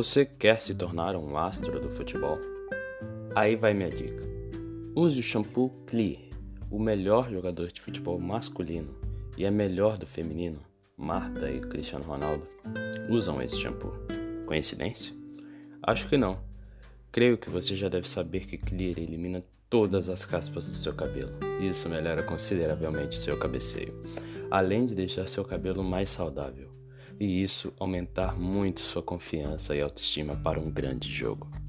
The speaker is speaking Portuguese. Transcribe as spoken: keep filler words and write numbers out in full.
Você quer se tornar um astro do futebol? Aí vai minha dica. Use o shampoo Clear. O melhor jogador de futebol masculino e a melhor do feminino, Marta e Cristiano Ronaldo, usam esse shampoo. Coincidência? Acho que não. Creio que você já deve saber que Clear elimina todas as caspas do seu cabelo. Isso melhora consideravelmente seu cabeceio, além de deixar seu cabelo mais saudável. E isso aumentar muito sua confiança e autoestima para um grande jogo.